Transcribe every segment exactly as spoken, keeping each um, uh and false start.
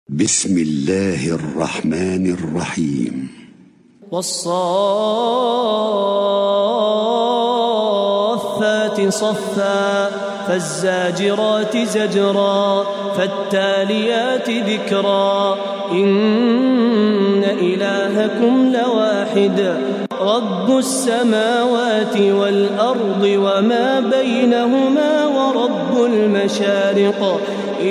بسم الله الرحمن الرحيم. والصافات صفا فالزاجرات زجرا فالتاليات ذكرا إن إلهكم لواحد رب السماوات والأرض وما بينهما ورب المشارق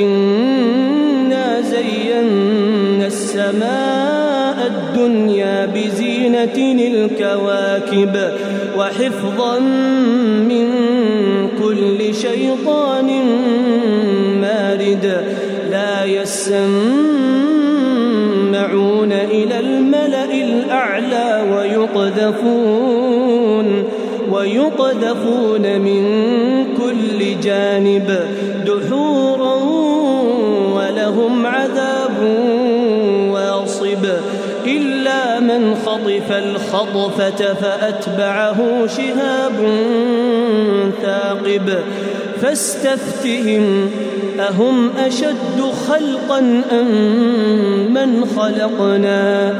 إنا زينا السماء الدنيا بزينة الكواكب وحفظا من كل شيطان مارد لا يسمعون إلى الملأ الأعلى ويقذفون ويقذفون من كل جانب دحورا ولهم عذاب واصب إلا من خطف الخطفة فأتبعه شهاب ثاقب فاستفتهم أهم أشد خلقا أم من خلقنا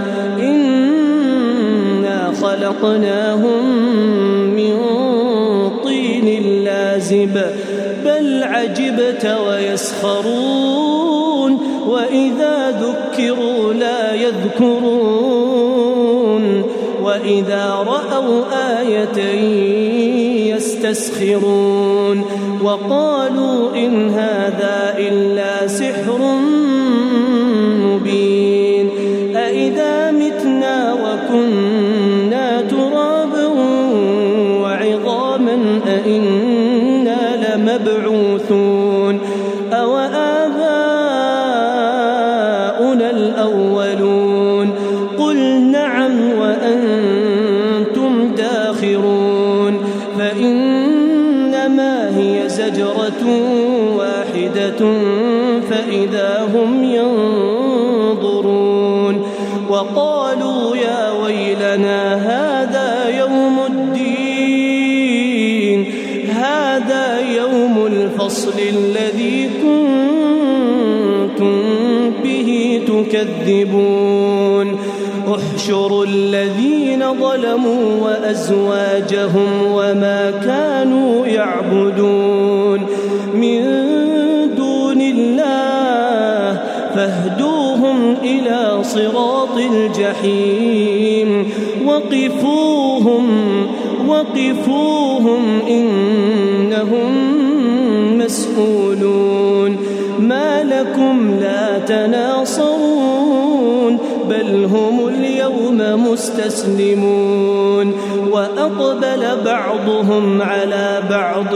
إنا خلقناهم من طين لازب بل عجبت ويسخرون وإذا ذكروا لا يذكرون وإذا رأوا آية يستسخرون وقالوا إن هذا إلا سحر مبين أإذا متنا وكنا ترابا وعظاما أإنا لمبعوثون أو آباؤنا الأولون قل نعم وأنتم داخرون فإنما هي زجرة واحدة فإذا هم ينظرون وقالوا يا ويلنا هذا يوم الدين هذا يوم الفصل الذي كنتم به تكذبون احشروا الذين ظلموا وأزواجهم وما كانوا يعبدون من دون الله فاهدوهم إلى صراط الجحيم وقفوهم وقفوهم إنهم مسؤولون ما لكم لا تناصرون بل هم اليوم مستسلمون وأقبل بعضهم على بعض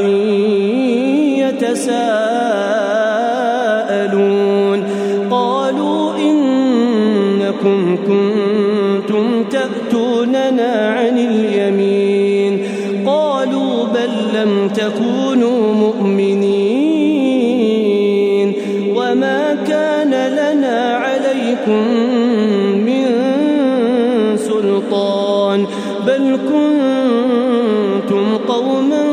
يتساءلون قالوا إنكم كنتم تأتوننا عن اليمين قالوا بل لم تكونوا مؤمنين وما كان لنا عليكم من سلطان بل كنتم قوما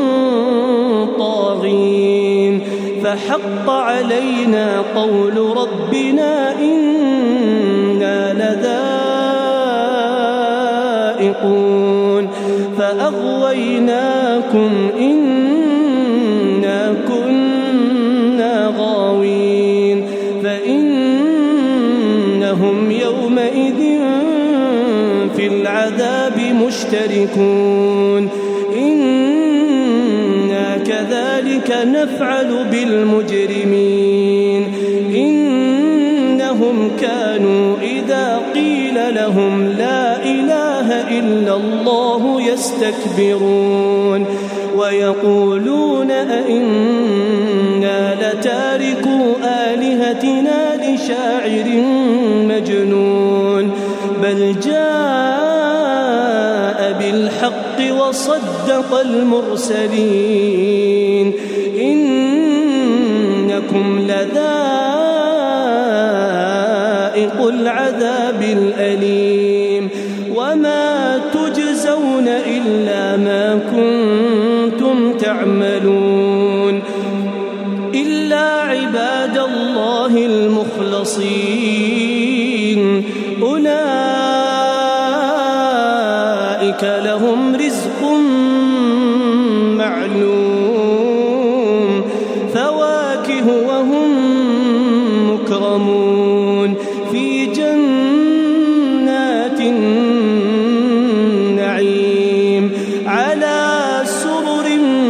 طاغين فحق علينا قول ربنا إنا لذائقون فأغويناكم إنا كنا غاوين فإنهم يومئذ في العذاب مشتركون إنا كذلك نفعل بالمجرمين إنهم كانوا إذا قيل لهم لا إله إلا الله يستكبرون ويقولون أئنا لتاركو آلهتنا لشاعر مجنون بل جاء بالحق وصدق المرسلين إنكم لذائق العذاب الأليم وما تجزون إلا ما كنتم تعملون إلا عباد الله المخلصين المخلصين أولئك لهم رزق معلوم فواكه وهم مكرمون في جنات النعيم على سرر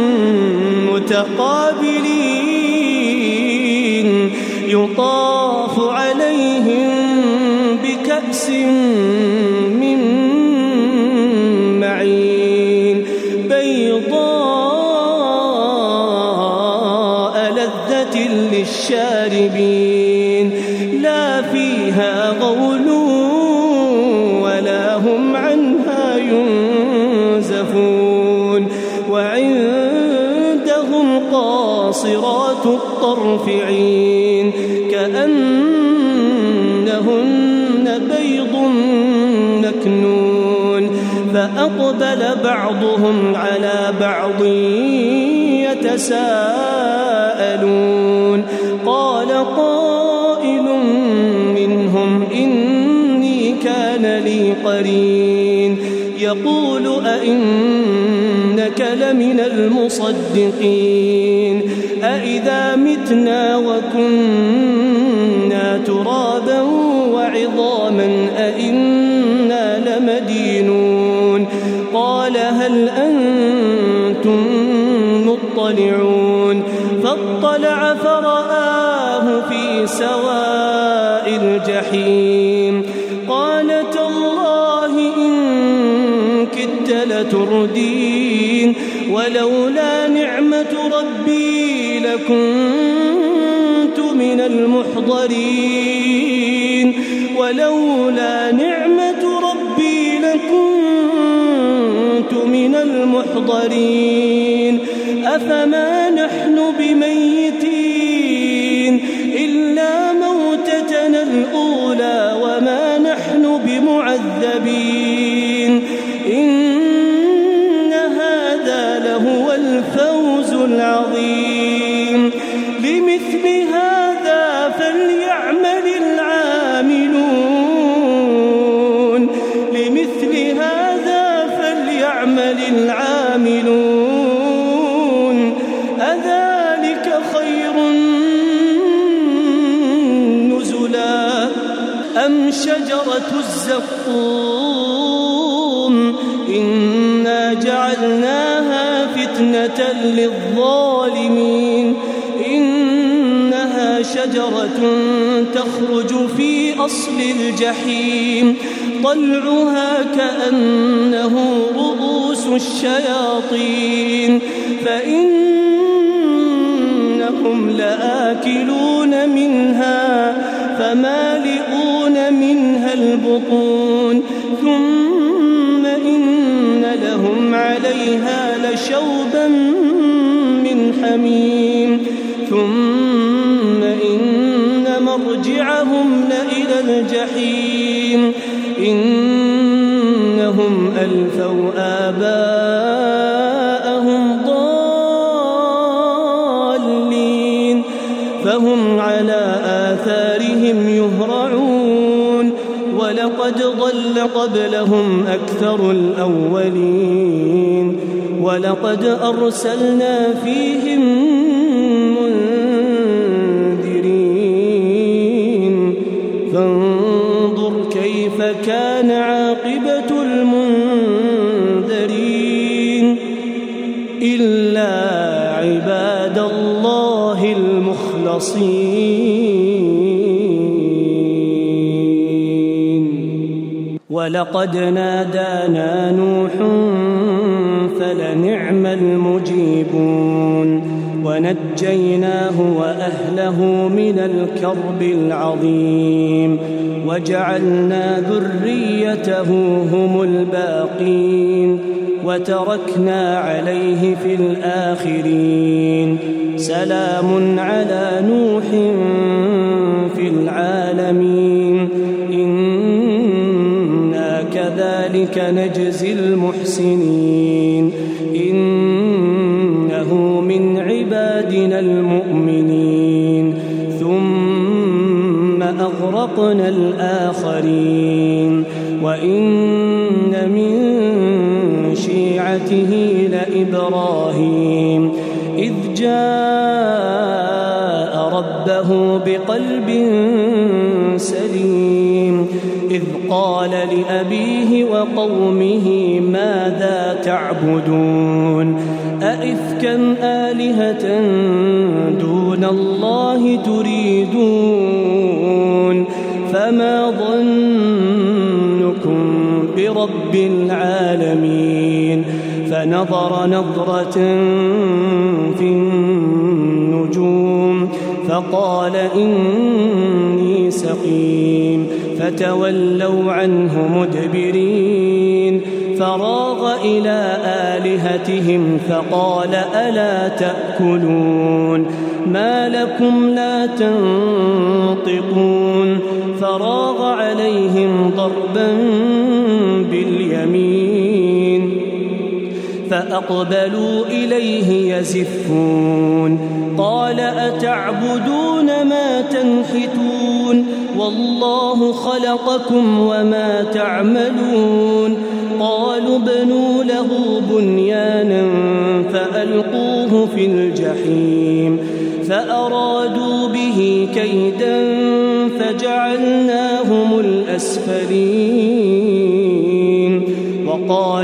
متقابلين يطاف عليهم بكأس من معين بيضاء لذة للشاربين لا فيها غول ولا هم عنها ينزفون وعندهم قاصرات الطرف عين كأنهن بيض مكنون فأقبل بعضهم على بعض يتساءلون قال قائل منهم إني كان لي قرين يقول أئنك لمن المصدقين أئذا متنا وكنا ترابا وعظاما أئنا لمدينون قال هل أنتم مطلعون فاطلع فرآه في سواء الجحيم قال تالله إن كدت لتردين ولولا نعمة ربي لكنت من المحضرين ولولا نعمة ربي لكنت من المحضرين أفما نحن بميتين إلا موتتنا الأولى وما نحن بمعذبين إن هذا لهو الفوز العظيم لمثل هذا فليعمل العاملون لمثل هذا فليعمل العاملون أذلك خير نزلا أم شجرة الزقوم إنا جعلناها فتنة للظالمين إنها شجرة تخرج في أصل الجحيم طلعها كأنه رؤوس الشياطين فإنهم لآكلون منها فمالئون منها البطون ثم إن لهم عليها لشوبا من حميم ثم إن مرجعهم لإلى الجحيم إنهم ألفوا آباءهم ضالين فهم على آثارهم يهرعون ولقد ضل قبلهم أكثر الأولين ولقد أرسلنا فيهم منذرين فانظر كيف كان عاقبة المنذرين إلا عباد الله المخلصين ولقد نادانا نوح فلنعم المجيبون ونجيناه وأهله من الكرب العظيم وجعلنا ذريته هم الباقين وتركنا عليه في الآخرين سلام على نوح في العالمين إنا كذلك نجزي المحسنين إنه من عبادنا المؤمنين ثم أغفر أغرقنا الآخرين وإن من شيعته لإبراهيم إذ جاء ربه بقلب سليم إذ قال لأبيه وقومه ماذا تعبدون أئفكا آلهة دون الله تريدون فما ظنكم برب العالمين فنظر نظرة في النجوم فقال إني سقيم فتولوا عنه مدبرين فراغ إلى آلهتهم فقال ألا تأكلون ما لكم لا تنطقون فراغ عليهم ضربا باليمين فأقبلوا إليه يزفون قال أتعبدون ما تنحتون والله خلقكم وما تعملون قالوا ابنوا له بنيانا فألقوه في الجحيم فأرادوا به كيدا فجعلناهم الأسفلين وقال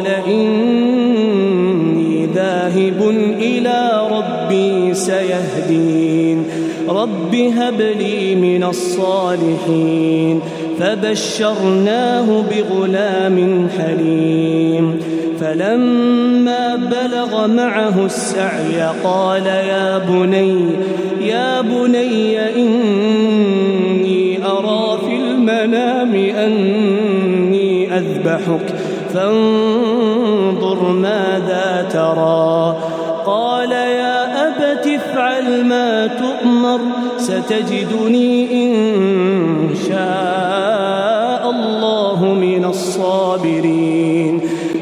إني ذاهب إلى ربي سيهدين رب هب لي من الصالحين فبشرناه بغلام حليم فلما بلغ معه السعي قال يا بني يا بني إني أرى في المنام أني أذبحك فانظر ماذا ترى قال يا أبت افعل ما تؤمر ستجدني إن شاء الله من الصابرين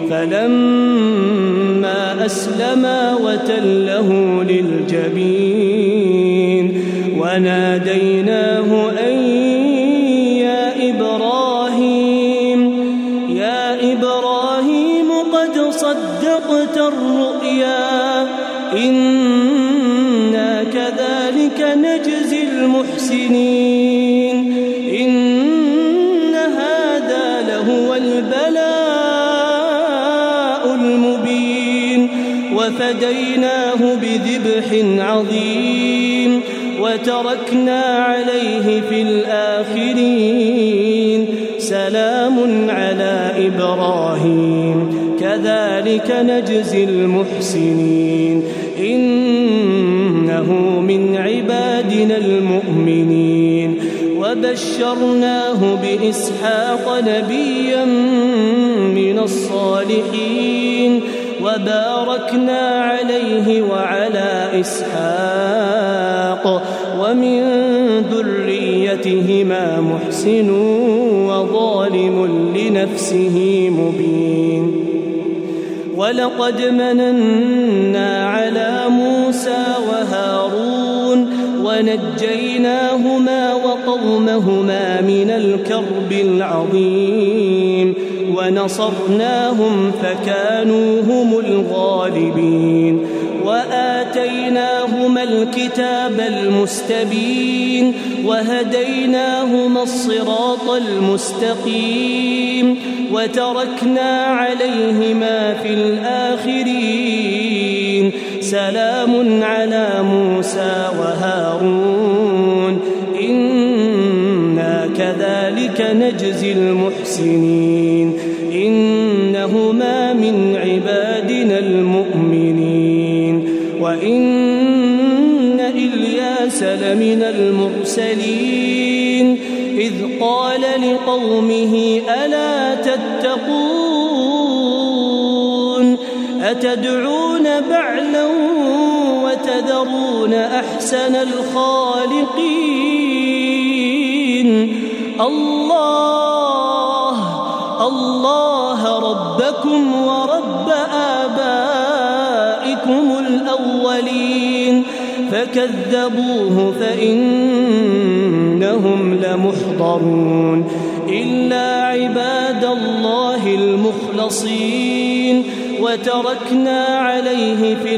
فلما أسلما وتله للجبين وناديناه أن يا إبراهيم يا إبراهيم قد صدقت الرؤيا إنا كذلك نجزي المحسنين إن هذا لهو البلاء المبين وفديناه بذبح عظيم وتركنا عليه في الآخرين سلام على إبراهيم كذلك نجزي المحسنين إنه من عبادنا المؤمنين وبشرناه بإسحاق نبيا من الصالحين وباركنا عليه وعلى إسحاق ومن ذريتهما محسن وظالم لنفسه مبين ولقد مننا على موسى وهارون ونجيناهما وقومهما من الكرب العظيم ونصرناهم فكانوا هم الغالبين وآتيناهما الكتاب المستبين وهديناهما الصراط المستقيم وتركنا عليهما في الآخرين سلام على موسى وهارون إنا كذلك نجزي المحسنين إنهما من عبادنا المؤمنين وإن إلياس لمن المرسلين إذ قال لقومه ألا تتقون أتدعون بعلا وتذرون أحسن الخالقين الله الله ربكم ورب آبائكم الأولين فكذبوه فإنهم لمحضرون إلا عباد الله المخلصين وتركنا عليه في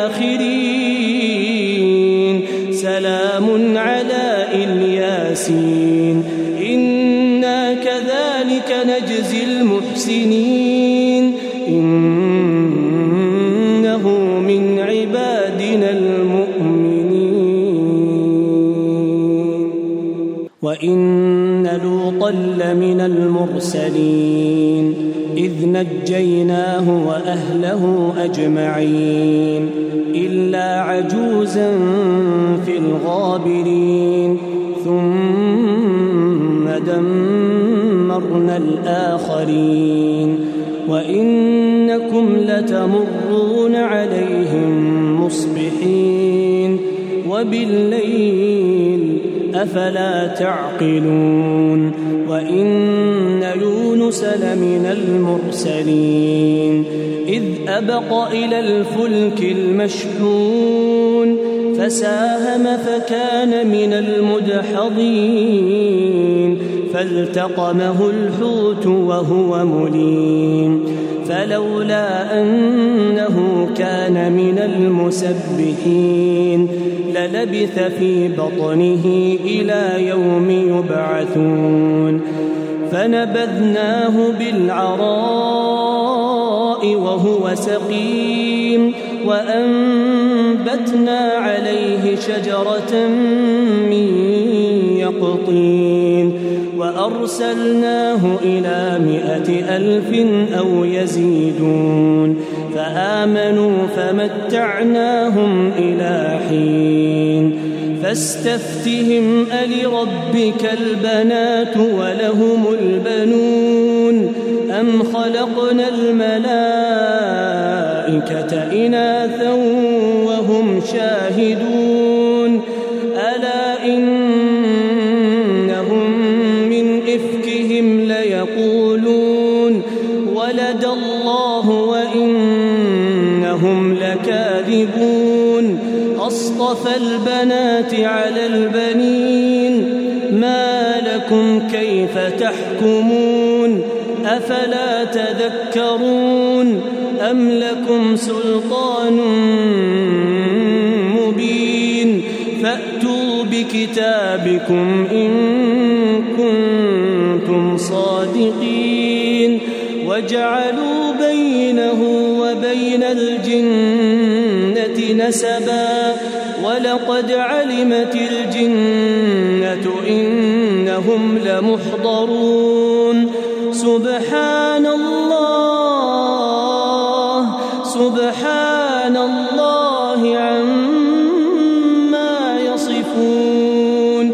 الآخرين سلام على الياسين إنا كذلك نجزي المحسنين إنه من عبادنا المؤمنين وإن لوطا لمن المرسلين إذ نجيناه وأهله أجمعين إلا عجوزا في الغابرين ثم دمرنا الآخرين وإنكم لتمرون عليهم مصبحين وبالليل أفلا تعقلون وإن يونس لمن المرسلين إذ أبق إلى الفلك المشحون فساهم فكان من المدحضين فالتقمه الحوت وهو مليم فلولا أنه كان من المسبحين للبث في بطنه إلى يوم يبعثون فنبذناه بالعراء وهو سقيم وأنبتنا عليه شجرة من يقطين وأرسلناه إلى مائة ألف أو يزيدون فآمنوا فمتعناهم إلى حين فاستفتهم ألربك البنات ولهم البنون أم خلقنا الملائكة إناثا وهم شاهدون ألا إنهم من إفكهم ليقولون ولد الله وإنهم لكاذبون أصطفى البنات على البنين ما لكم كيف تحكمون أفلا تذكرون أم لكم سلطان مبين فأتوا بكتابكم إن كنتم صادقين وجعلوا بينه وبين الجنة نسبا ولقد علمت الجنة إنهم لمحضرون سبحان الله سبحان الله عما يصفون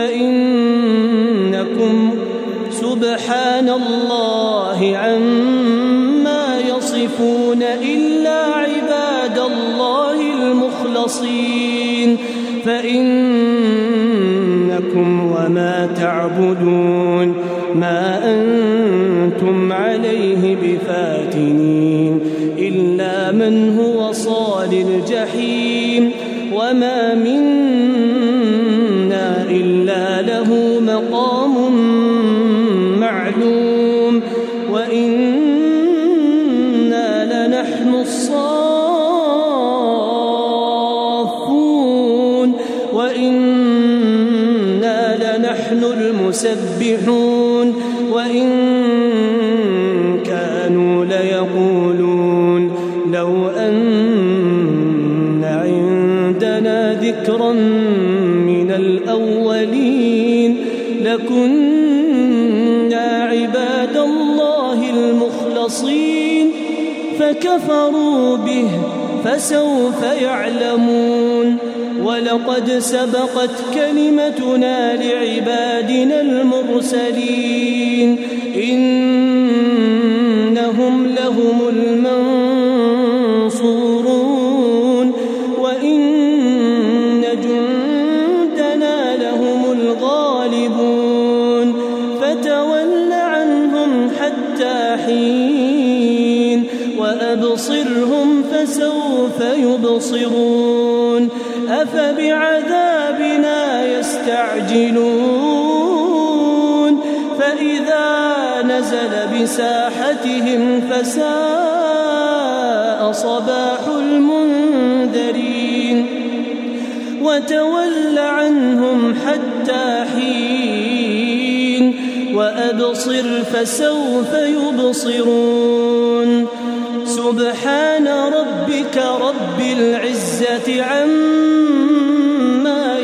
فإنكم سبحان الله عما يصفون إلا عباد الله المخلصين فإنكم وما تعبدون ما أنتم عليه بفاتنين إلا من هو صال الجحيم وما منا إلا له مقام معلوم وإنا لنحن الصافون وإنا لنحن المسبحون وإن كانوا ليقولون لو أن عندنا ذكرا من الأولين لكنا عباد الله المخلصين فكفروا به فسوف يعلمون ولقد سبقت كلمتنا لعبادنا المرسلين إنهم لهم المنصورون وإن جندنا لهم الغالبون فتول عنهم حتى حين وأبصرهم فسوف يبصرون أفبعذابنا يستعجلون فإذا نزل بساحتهم فساء صباح المنذرين وتول عنهم حتى حين وأبصر فسوف يبصرون سبحان ربك رب العزة عما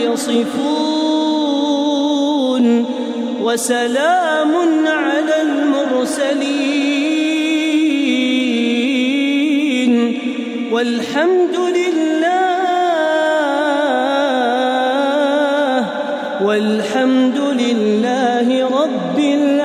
يصفون وسلام على المرسلين والحمد لله والحمد لله رب العالمين.